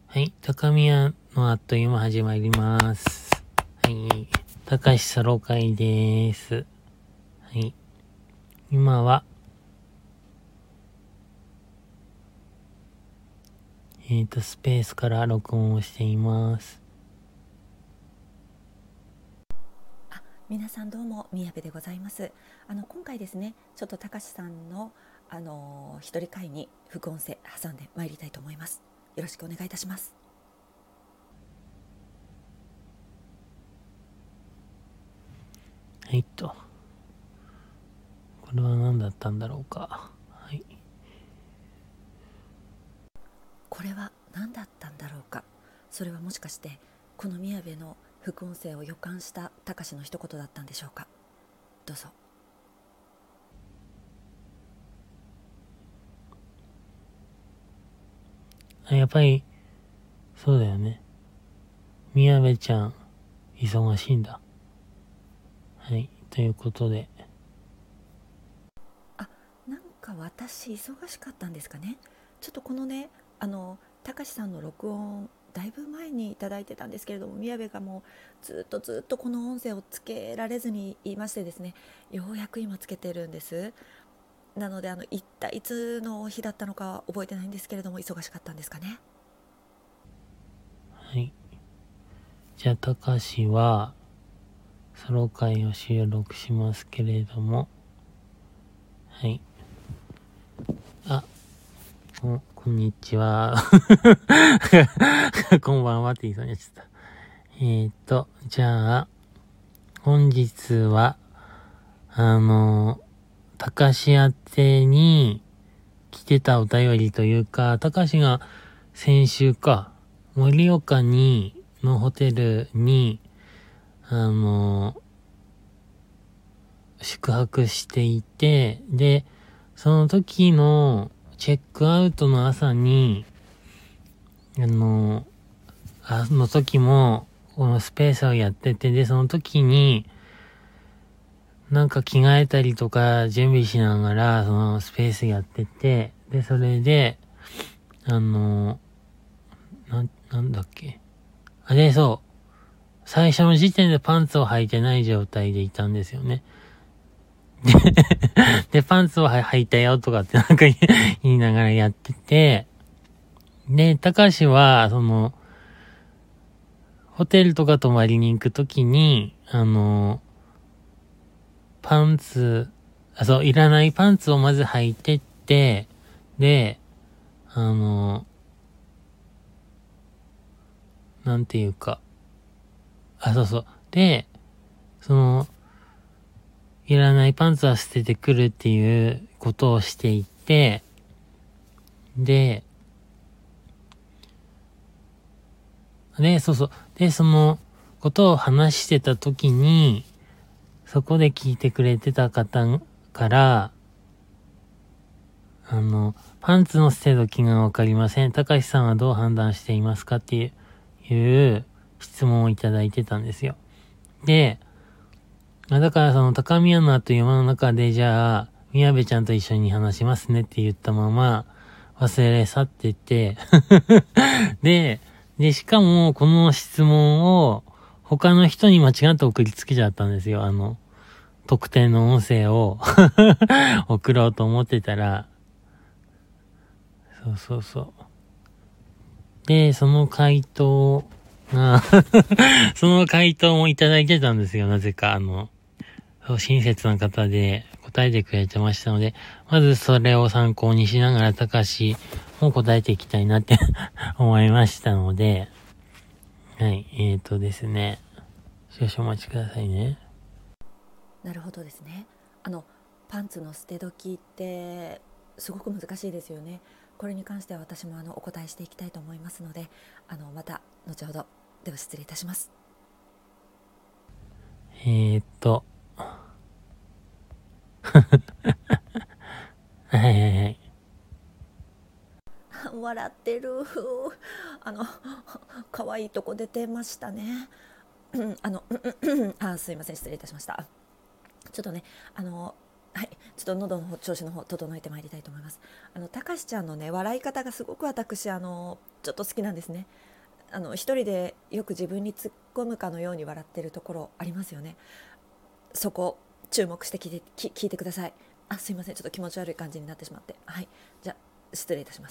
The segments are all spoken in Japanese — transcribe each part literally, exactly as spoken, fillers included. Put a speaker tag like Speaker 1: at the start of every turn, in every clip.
Speaker 1: はい、高宮のあっという間始まります。はい、高橋ソロ会です。はい、今は、えっと、スペースから録音をしています。
Speaker 2: あ、皆さんどうも、宮部でございます。あの今回ですね、ちょっと高橋さんのあの一人会に副音声挟んでまいりたいと思います。よろしくお願いいたします。
Speaker 1: はいと、これは何だったんだろうか。はい。
Speaker 2: これは何だったんだろうか。それはもしかしてこの宮部の副音声を予感した高橋の一言だったんでしょうか。どうぞ。
Speaker 1: あ、やっぱり、そうだよね。宮部ちゃん、忙しいんだ。はい、ということで。
Speaker 2: あ、なんか私忙しかったんですかね。ちょっとこのね、あの高橋さんの録音だいぶ前にいただいてたんですけれども、宮部がもうずっとずっとこの音声をつけられずにいましてですね、ようやく今つけてるんです。なのであの一体いつの日だったのか覚えてないんですけれども、忙しかったんですかね。
Speaker 1: はい。じゃあ、高橋は、ソロ会を収録しますけれども、はい。あ、こ、こんにちは。こんばんはって言いそうになっちゃった。えーと、じゃあ、本日は、あの、高橋宛てに来てたお便りというか、高橋が先週か、盛岡に、のホテルに、あの、宿泊していて、で、その時のチェックアウトの朝に、あの、あの時も、このスペースをやってて、で、その時に、なんか着替えたりとか準備しながら、そのスペースやってて、で、それで、あの、な、なんだっけ。あれ、そう。最初の時点でパンツを履いてない状態でいたんですよね。で、パンツを履いたよとかってなんか言いながらやってて、で、高橋は、その、ホテルとか泊まりに行くときに、あの、パンツ、あ、そう、いらないパンツをまず履いてって、で、あの、なんていうか、あ、そうそう。で、その、いらないパンツは捨ててくるっていうことをしていて、で、で、そうそう。で、そのことを話してた時に、そこで聞いてくれてた方から、あの、パンツの捨て時がわかりません。高橋さんはどう判断していますかっていう、いう質問をいただいてたんですよ。で、だからその高宮のという山の中でじゃあ、宮部ちゃんと一緒に話しますねって言ったまま、忘れ去っててで、で、しかもこの質問を他の人に間違って送りつけちゃったんですよ。あの、特定の音声を送ろうと思ってたら、そうそうそう。で、その回答がその回答もいただいてたんですよ。なぜか、あの、親切な方で答えてくれてましたので、まずそれを参考にしながら、高橋も答えていきたいなって思いましたので、はい、えーとですね、少々お待ちくださいね。
Speaker 2: なるほどですね。あのパンツの捨て時ってすごく難しいですよね。これに関しては私もあのお答えしていきたいと思いますので、あのまた後ほど。では失礼いたします。
Speaker 1: えーと、はいはいはい。
Speaker 2: 笑ってる。あの可愛いとこ出てましたね。あのあすいません、失礼いたしました。ちょっとね、あのはい、ちょっと喉の調子の方整えてまいりたいと思います。あのたかしちゃんのね笑い方がすごく私あのちょっと好きなんですね。あの一人でよく自分に突っ込むかのように笑ってるところありますよね。そこ注目して聞いて、き聞いてください。あ、すいません、ちょっと気持ち悪い感じになってしまって、はい、じゃあ失礼いたします。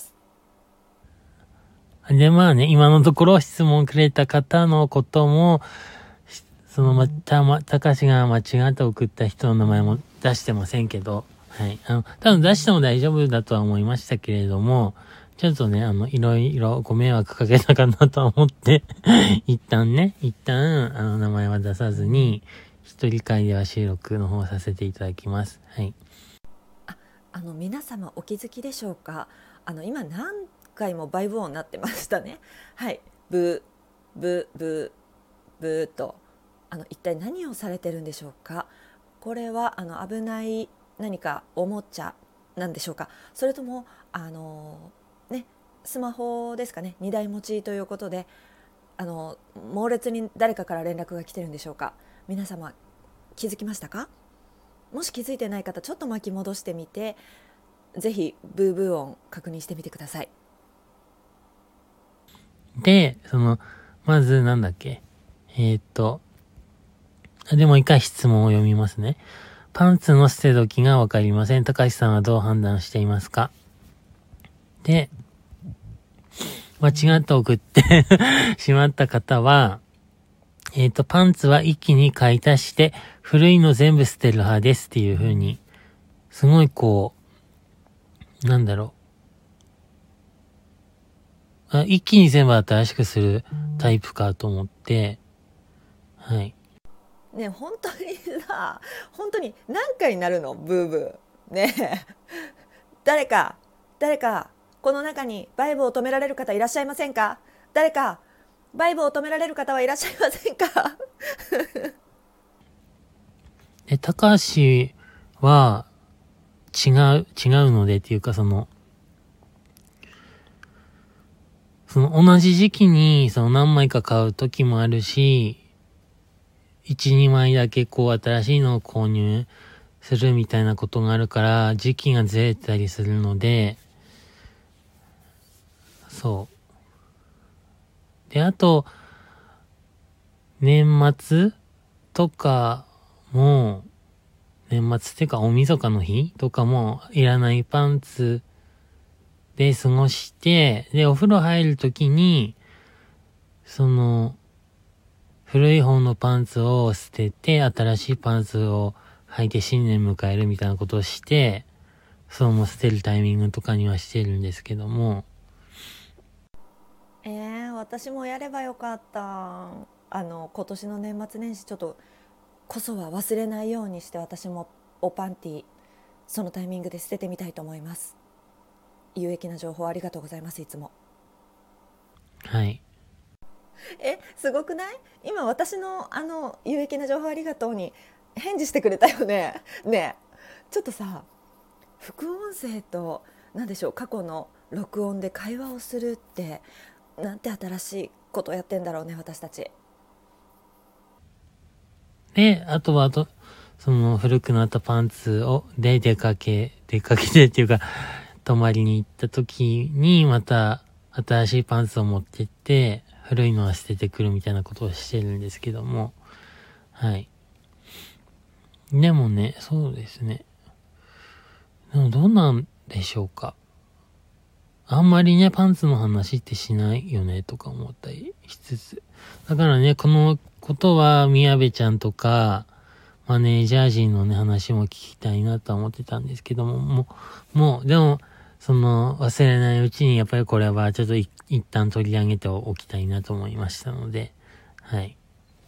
Speaker 1: で、まあね、今のところ質問くれた方のことも、そのまたま、たかしが間違って送った人の名前も出してませんけど、はい。あの、多分出しても大丈夫だとは思いましたけれども、ちょっとね、あの、いろいろご迷惑かけたかなとは思って、一旦ね、一旦、あの、名前は出さずに、一人会では収録の方させていただきます。はい。
Speaker 2: あ、あの皆様お気づきでしょうか。あの今何回もバイブ音になってましたね。はい、ブーブーブーブーと、あの一体何をされてるんでしょうか。これはあの危ない何かおもちゃなんでしょうか、それともあのねスマホですかね、にだい持ちということで、あの猛烈に誰かから連絡が来てるんでしょうか。皆様気づきましたか。もし気づいてない方、ちょっと巻き戻してみて、ぜひブーブー音確認してみてください。
Speaker 1: で、その、まずなんだっけ。えー、っと、でもう一回質問を読みますね。パンツの捨て時がわかりません。高橋さんはどう判断していますか？で、間違って送ってしまった方は、えっと、パンツは一気に買い足して、古いの全部捨てる派ですっていう風に、すごいこう、なんだろう。あ、一気に全部新しくするタイプかと思って、はい。
Speaker 2: ね、本当にさ、本当に何回になるのブーブー。ねえ、誰か、誰か、この中にバイブを止められる方いらっしゃいませんか。誰か、バイブを止められる方はいらっしゃいませんか。
Speaker 1: で、高橋は違う、違うのでっていうかその、その同じ時期にその何枚か買う時もあるし、いち、にまいだけこう新しいのを購入するみたいなことがあるから、時期がずれたりするので、そう。で、あと、年末とかも、年末っていうか大晦日の日とかもいらないパンツで過ごして、で、お風呂入るときに、その、古い方のパンツを捨てて、新しいパンツを履いて新年迎えるみたいなことをして、そうも捨てるタイミングとかにはしてるんですけども。
Speaker 2: えー、私もやればよかった。あの今年の年末年始ちょっとこそは忘れないようにして、私もおパンティそのタイミングで捨ててみたいと思います。有益な情報ありがとうございます。いつも。
Speaker 1: はい。
Speaker 2: え、すごくない？今私のあの有益な情報ありがとうに返事してくれたよね。ねえ、ちょっとさ、副音声と何でしょう、過去の録音で会話をするってなんて新しいことをやってんだろうね、私たち。
Speaker 1: で、あとは、あと、その古くなったパンツを、で出かけ、出かけてっていうか、泊まりに行った時に、また新しいパンツを持ってって、古いのは捨ててくるみたいなことをしてるんですけども、はい。でもね、そうですね。でもどうなんでしょうか。あんまりね、パンツの話ってしないよね、とか思ったりしつつ。だからね、このことは、宮部ちゃんとか、マネージャー陣のね、話も聞きたいなとは思ってたんですけども、もう、もう、でも、その、忘れないうちに、やっぱりこれはちょっと一旦取り上げておきたいなと思いましたので、はい。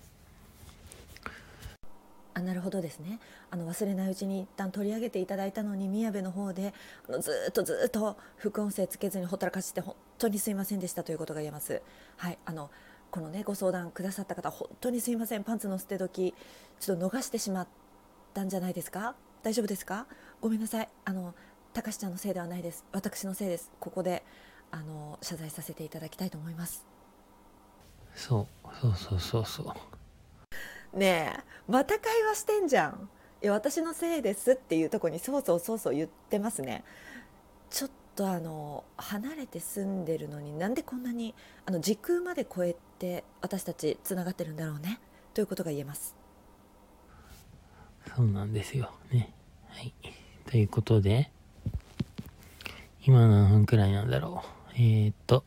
Speaker 2: あ、なるほどですね。あの忘れないうちに一旦取り上げていただいたのに、宮部の方であのずっとずっと副音声つけずにほったらかして本当にすいませんでしたということが言えます。はい、あのこのねご相談くださった方、本当にすいません。パンツの捨て時ちょっと逃してしまったんじゃないですか。大丈夫ですか。ごめんなさい。あのたかしちゃんのせいではないです。私のせいです。ここであの謝罪させていただきたいと思います。
Speaker 1: そう、そうそうそうそう。
Speaker 2: ねえ、また会話してんじゃん。 いや私のせいですっていうところにそうそうそうそう言ってますね。ちょっとあの離れて住んでるのになんでこんなにあの時空まで超えて私たちつながってるんだろうねということが言えます。
Speaker 1: そうなんですよね。はい。ということで、今何分くらいなんだろう。えーっと、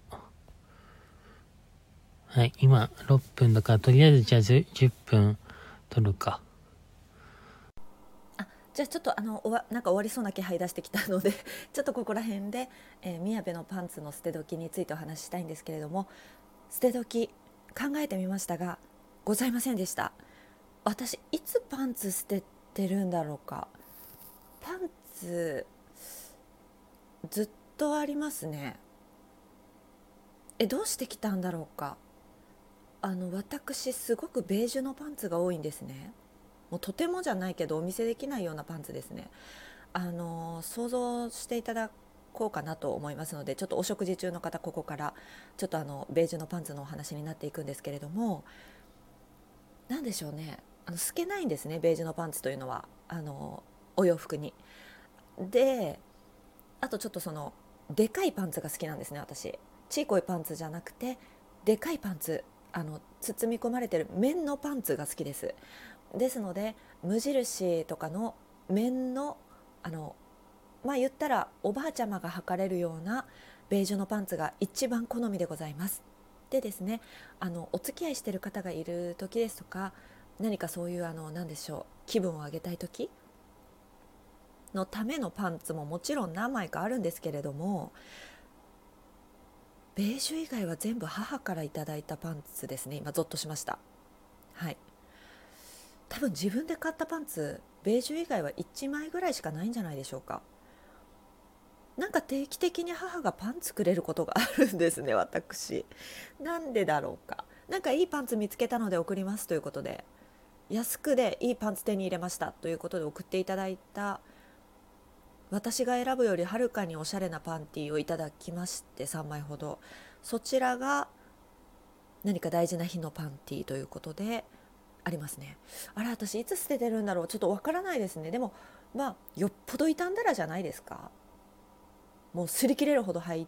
Speaker 1: はい、今ろっぷんだから、とりあえずじゃあじゅっぷん取るか。
Speaker 2: あ、じゃあちょっとあのおわなんか終わりそうな気配出してきたのでちょっとここら辺で、えー、宮部のパンツの捨て時についてお話ししたいんですけれども、捨て時考えてみましたがございませんでした。私いつパンツ捨ててるんだろうか。パンツずっとありますね。えどうしてきたんだろうか。あの私すごくベージュのパンツが多いんですね。もうとてもじゃないけどお見せできないようなパンツですね。あの想像していただこうかなと思いますので、ちょっとお食事中の方ここからちょっとあのベージュのパンツのお話になっていくんですけれども、なんでしょうね、あの透けないんですね、ベージュのパンツというのはあのお洋服に。であとちょっとそのでかいパンツが好きなんですね私。ちいこいパンツじゃなくてでかいパンツ、あの包み込まれてる綿のパンツが好きです。ですので無印とかの綿のあのまあ言ったらおばあちゃまが履かれるようなベージュのパンツが一番好みでございます。でですね、あのお付き合いしている方がいる時ですとか、何かそういうあの何でしょう、気分を上げたい時のためのパンツももちろん何枚かあるんですけれども、ベージュ以外は全部母からいただいたパンツですね。今ゾッとしました。はい、多分自分で買ったパンツベージュ以外はいちまいぐらいしかないんじゃないでしょうか。なんか定期的に母がパンツくれることがあるんですね私。なんでだろうか。なんかいいパンツ見つけたので送りますということで、安くでいいパンツ手に入れましたということで送っていただいた、私が選ぶよりはるかにおしゃれなパンティーをいただきまして、さんまいほど。そちらが何か大事な日のパンティーということでありますね。あれ私いつ捨ててるんだろう、ちょっとわからないですね。でもまあよっぽど傷んだらじゃないですか。もう擦り切れるほど入って、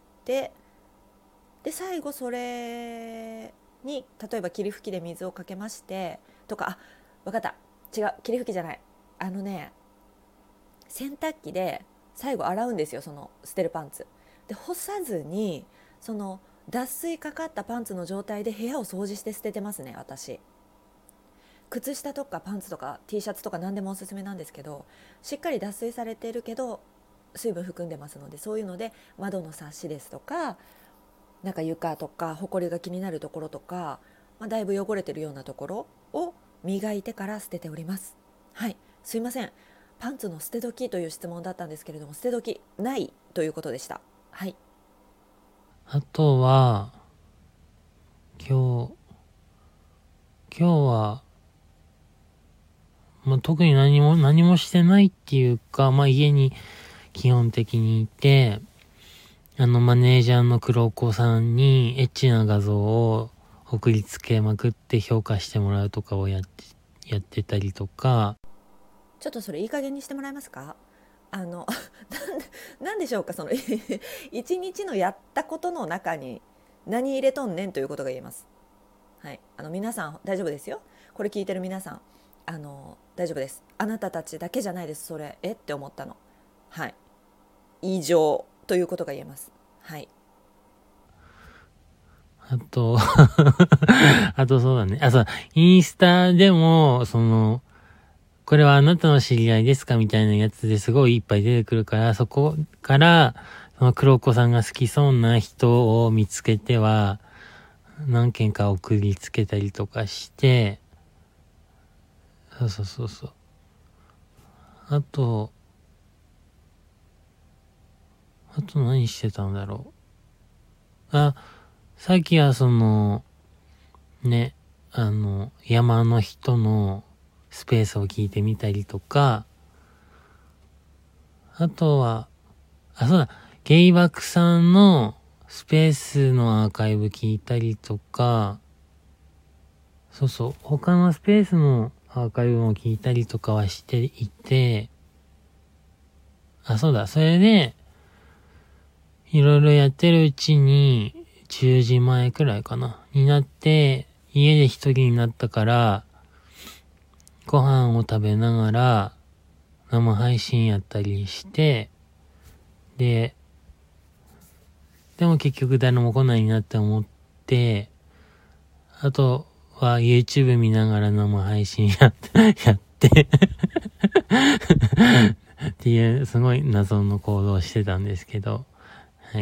Speaker 2: で最後それに例えば霧吹きで水をかけましてとか、あ、分かった、違う、霧吹きじゃない、あのね、洗濯機で最後洗うんですよ、その捨てるパンツで。干さずにその脱水かかったパンツの状態で部屋を掃除して捨ててますね私。靴下とかパンツとか T シャツとか何でもおすすめなんですけど、しっかり脱水されているけど水分含んでますので、そういうので窓のサッシですとか、なんか床とかほこりが気になるところとか、まあ、だいぶ汚れてるようなところを磨いてから捨てております。はい、すいません、パンツの捨て時という質問だったんですけれども、捨て時ないということでした。はい。
Speaker 1: あとは、今日、今日は、まあ、特に何も、何もしてないっていうか、まあ、家に基本的にいて、あの、マネージャーの黒子さんにエッチな画像を送りつけまくって評価してもらうとかをやって、やってたりとか。
Speaker 2: ちょっとそれいい加減にしてもらえますか。あのなんで、なんでしょうか、その一日のやったことの中に何入れとんねんということが言えます。はい、あの皆さん大丈夫ですよ。これ聞いてる皆さん、あの大丈夫です。あなたたちだけじゃないです。それえって思ったの。はい、異常ということが言えます。はい。
Speaker 1: あと、あとそうだね。あ、そう、インスタでも、その、これはあなたの知り合いですかみたいなやつですごいいっぱい出てくるから、そこから、その黒子さんが好きそうな人を見つけては、何件か送りつけたりとかして、そうそうそうそう。あと、あと何してたんだろう。あ、さっきはその、ね、あの、山の人のスペースを聞いてみたりとか、あとは、あ、そうだ、ゲイバクさんのスペースのアーカイブ聞いたりとか、そうそう、他のスペースのアーカイブも聞いたりとかはしていて、あ、そうだ、それで、いろいろやってるうちに、じゅうじまえくらいかな、になって、家で一人になったから、ご飯を食べながら、生配信やったりして、で、でも結局誰も来ないなって思って、あとは YouTube 見ながら生配信やって、やってっていう、すごい謎の行動をしてたんですけど、はい。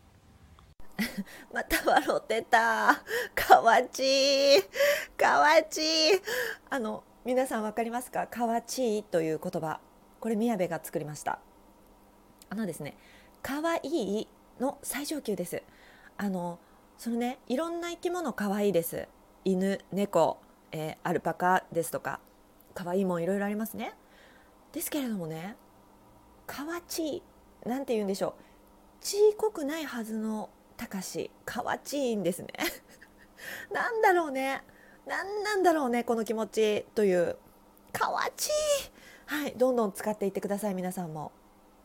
Speaker 2: また笑ってた。かわちい。かわちい。あの、皆さんわかりますか？かわちいという言葉。これ宮部が作りました。あのですね、かわいいの最上級です。あの、そのね、いろんな生き物かわいいです。犬、猫、えーアルパカですとか、かわいいもんいろいろありますね。ですけれどもね、かわちい。なんて言うんでしょう。ちいこくないはずのたかし、かわちいんですね。なんだろうね。なんなんだろうね、この気持ちという。かわちい。はい、どんどん使っていってください、皆さんも。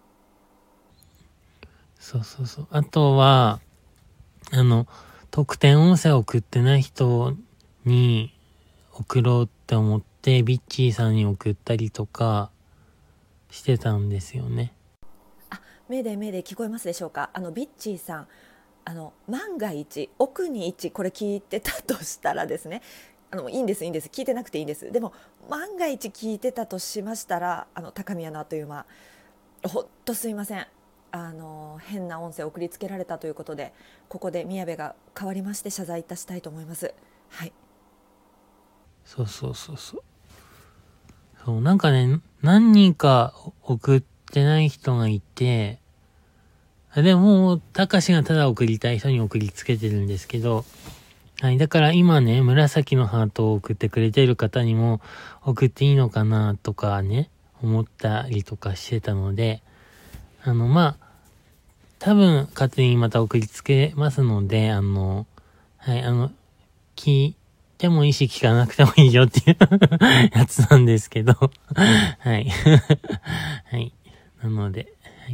Speaker 1: そうそうそう。あとは、あの、特典音声を送ってない人に送ろうって思って、ビッチーさんに送ったりとかしてたんですよね。
Speaker 2: あ、目で目で聞こえますでしょうか？あのビッチーさん、あの万が一奥に一これ聞いてたとしたらですね、あのいいんですいいんです、聞いてなくていいんです。でも万が一聞いてたとしましたら、あの高宮のあっという間、ほっとすいません。あの変な音声を送りつけられたということで、ここで宮部が代わりまして謝罪いたしたいと思います。はい。
Speaker 1: そうそうそうそう。そう、なんかね、何人か送ってない人がいて、でも、たかしがただ送りたい人に送りつけてるんですけど、はい。だから今ね、紫のハートを送ってくれてる方にも送っていいのかなとかね、思ったりとかしてたので、あの、まあ、多分勝手にまた送りつけますので、あの、はい、あの、聞いてもいいし聞かなくてもいいよっていうやつなんですけど、はい。はい。なので、はい。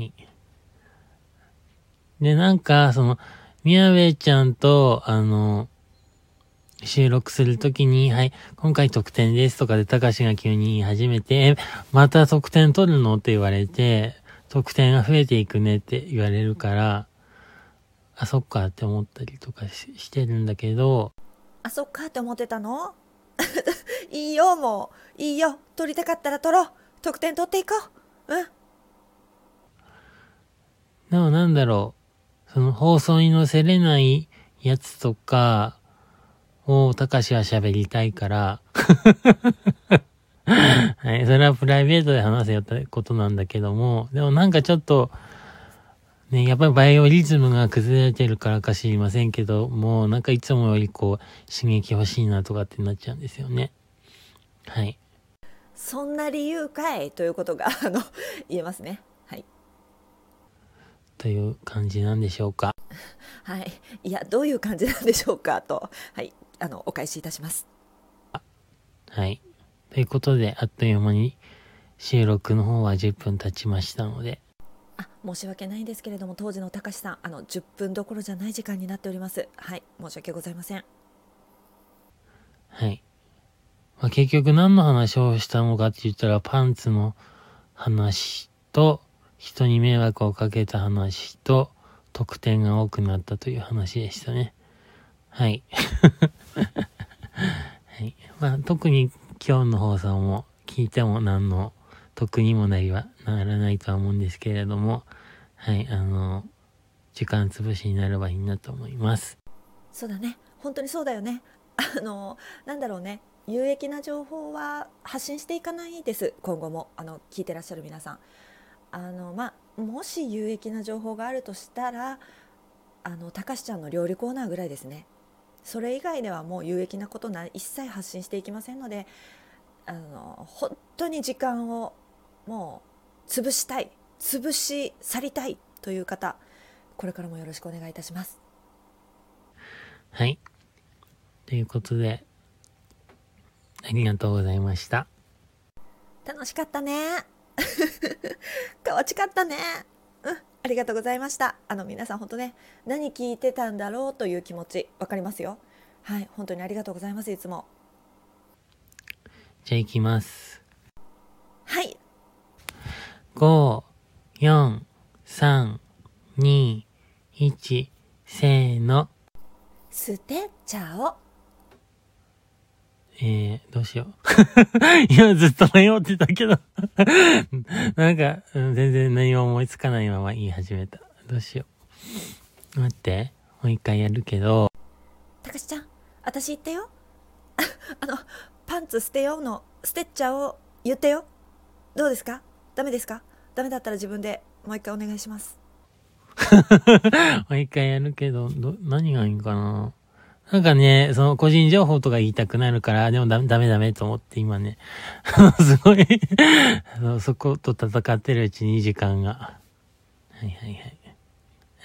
Speaker 1: で、なんか、その、宮部ちゃんと、あの、収録するときに、はい、今回特典ですとかで、たかしが急に言い始めて、え、また特典取るのって言われて、特典が増えていくねって言われるから、あ、そっかって思ったりとか し, してるんだけど、
Speaker 2: あ、そっかって思ってたの？いいよ、もういいよ、取りたかったら取ろう。得点取っていこう。うん。
Speaker 1: でもなんだろう、その放送に載せれないやつとかを、たかしは喋りたいから、はい、それはプライベートで話せよってことなんだけども、でもなんかちょっと、ね、やっぱりバイオリズムが崩れてるからか知りませんけど、もうなんかいつもよりこう、刺激欲しいなとかってなっちゃうんですよね。はい。
Speaker 2: そんな理由かいということがあの言えますね。はい。
Speaker 1: という感じなんでしょうか。
Speaker 2: はい。いや、どういう感じなんでしょうかと、はい、あのお返しいたします。
Speaker 1: はい。ということで、あっという間に収録の方はじゅっぷん経ちましたので、
Speaker 2: あ、申し訳ないんですけれども、当時のたかしさん、あのじゅっぷんどころじゃない時間になっております。はい、申し訳ございません。
Speaker 1: はい。まあ、結局何の話をしたのかって言ったら、パンツの話と、人に迷惑をかけた話と、得点が多くなったという話でしたね。はい。はい。まあ、特に今日の放送も聞いても何の得にもなりはならないとは思うんですけれども、はい、あの、時間潰しになればいいなと思います。
Speaker 2: そうだね、本当にそうだよね。あのなんだろうね、有益な情報は発信していかないです。今後もあの聞いてらっしゃる皆さん、あのまあもし有益な情報があるとしたら、あのたかしちゃんの料理コーナーぐらいですね。それ以外ではもう有益なことな一切発信していきませんので、あの本当に時間をもう潰したい、潰し去りたいという方、これからもよろしくお願いいたします。
Speaker 1: はい。ということで、 りがとうございました。
Speaker 2: 楽しかったね。かわちかったね。うん、ありがとうございました。あの皆さん本当ね、何聞いてたんだろうという気持ちわかりますよ。はい、本当にありがとうございます。いつも。
Speaker 1: じゃあ行きます。
Speaker 2: はい。
Speaker 1: ご、よん、さん、に、いち、せーの。
Speaker 2: 捨てちゃお。
Speaker 1: えー、どうしよう。今ずっと迷ってたけど。なんか、うん、全然何も思いつかないまま言い始めた。どうしよう。待って。もう一回やるけど。
Speaker 2: たかしちゃん、私言ってよ。あの、パンツ捨てようの、捨てちゃおう言ってよ。どうですか？ダメですか？ダメだったら自分でもう一回お願いします。
Speaker 1: もう一回やるけど、ど、何がいいんかな。なんかね、その個人情報とか言いたくなるから、でもダメダメダメと思って今ね、すごいそこと戦ってるうちに時間が。はいはいはい。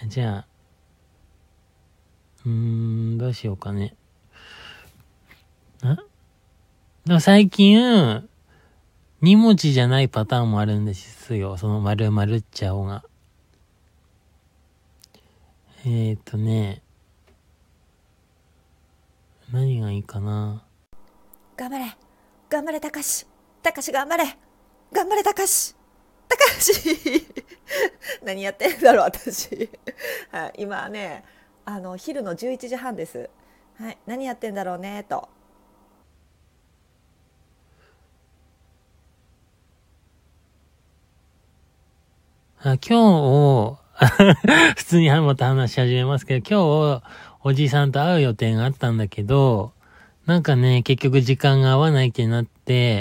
Speaker 1: じゃあ、うーん、どうしようかね。あでも最近、に文字じゃないパターンもあるんですよ。その丸々っちゃおが。えーとね、何がいいかな。
Speaker 2: 頑張れ頑張れたかしたかし頑張れ頑張れたかしたかし何やってんだろう私、はい、今ねあの昼のじゅういちじはんです、はい、何やってんだろうねと。
Speaker 1: あ、今日、普通にまた話し始めますけど、今日、おじさんと会う予定があったんだけど、なんかね、結局時間が合わないってなって、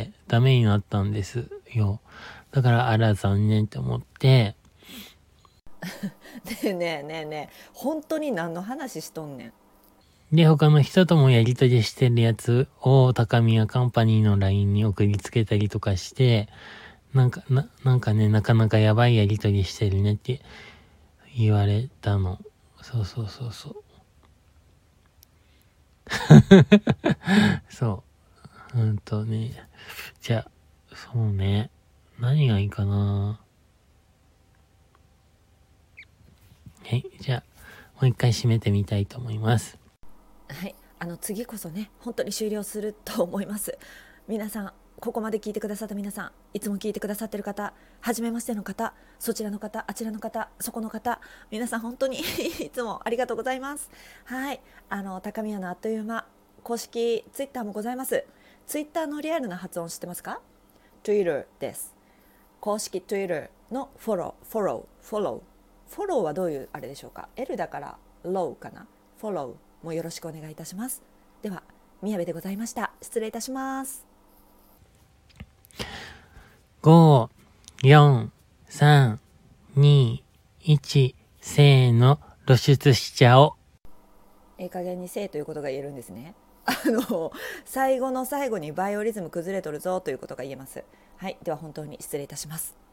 Speaker 1: ダメになったんですよ。だから、あら残念って思って。
Speaker 2: ねえねえねえねえ、本当に何の話しとんね
Speaker 1: ん。で、他の人ともやりとりしてるやつを、高宮カンパニーの ライン に送りつけたりとかして、なんか、な、なんかね、なかなかやばいやりとりしてるねって言われたの。そうそうそうそう。そう。うんとね。じゃあ、そうね。何がいいかな。はい。じゃあ、もう一回締めてみたいと思います。
Speaker 2: はい、あの次こそね本当に終了すると思います。皆さんここまで聞いてくださった皆さん、いつも聞いてくださってる方、初めましての方、そちらの方、あちらの方、そこの方、皆さん本当にいつもありがとうございます。はい、あの高宮のあっという間公式ツイッターもございます。ツイッターのリアルな発音知ってますか？ Twitter です。公式 Twitter のフォローフォローフォローフォローはどういうあれでしょうか？ L だから ロー かな。フォローもよろしくお願いいたします。では宮部でございました。失礼いたします。
Speaker 1: ご、よん、さん、に、いち、せーの、露出しちゃお。
Speaker 2: ええ加減にせえということが言えるんですね。あの最後の最後にバイオリズム崩れとるぞということが言えます。はい、では本当に失礼いたします。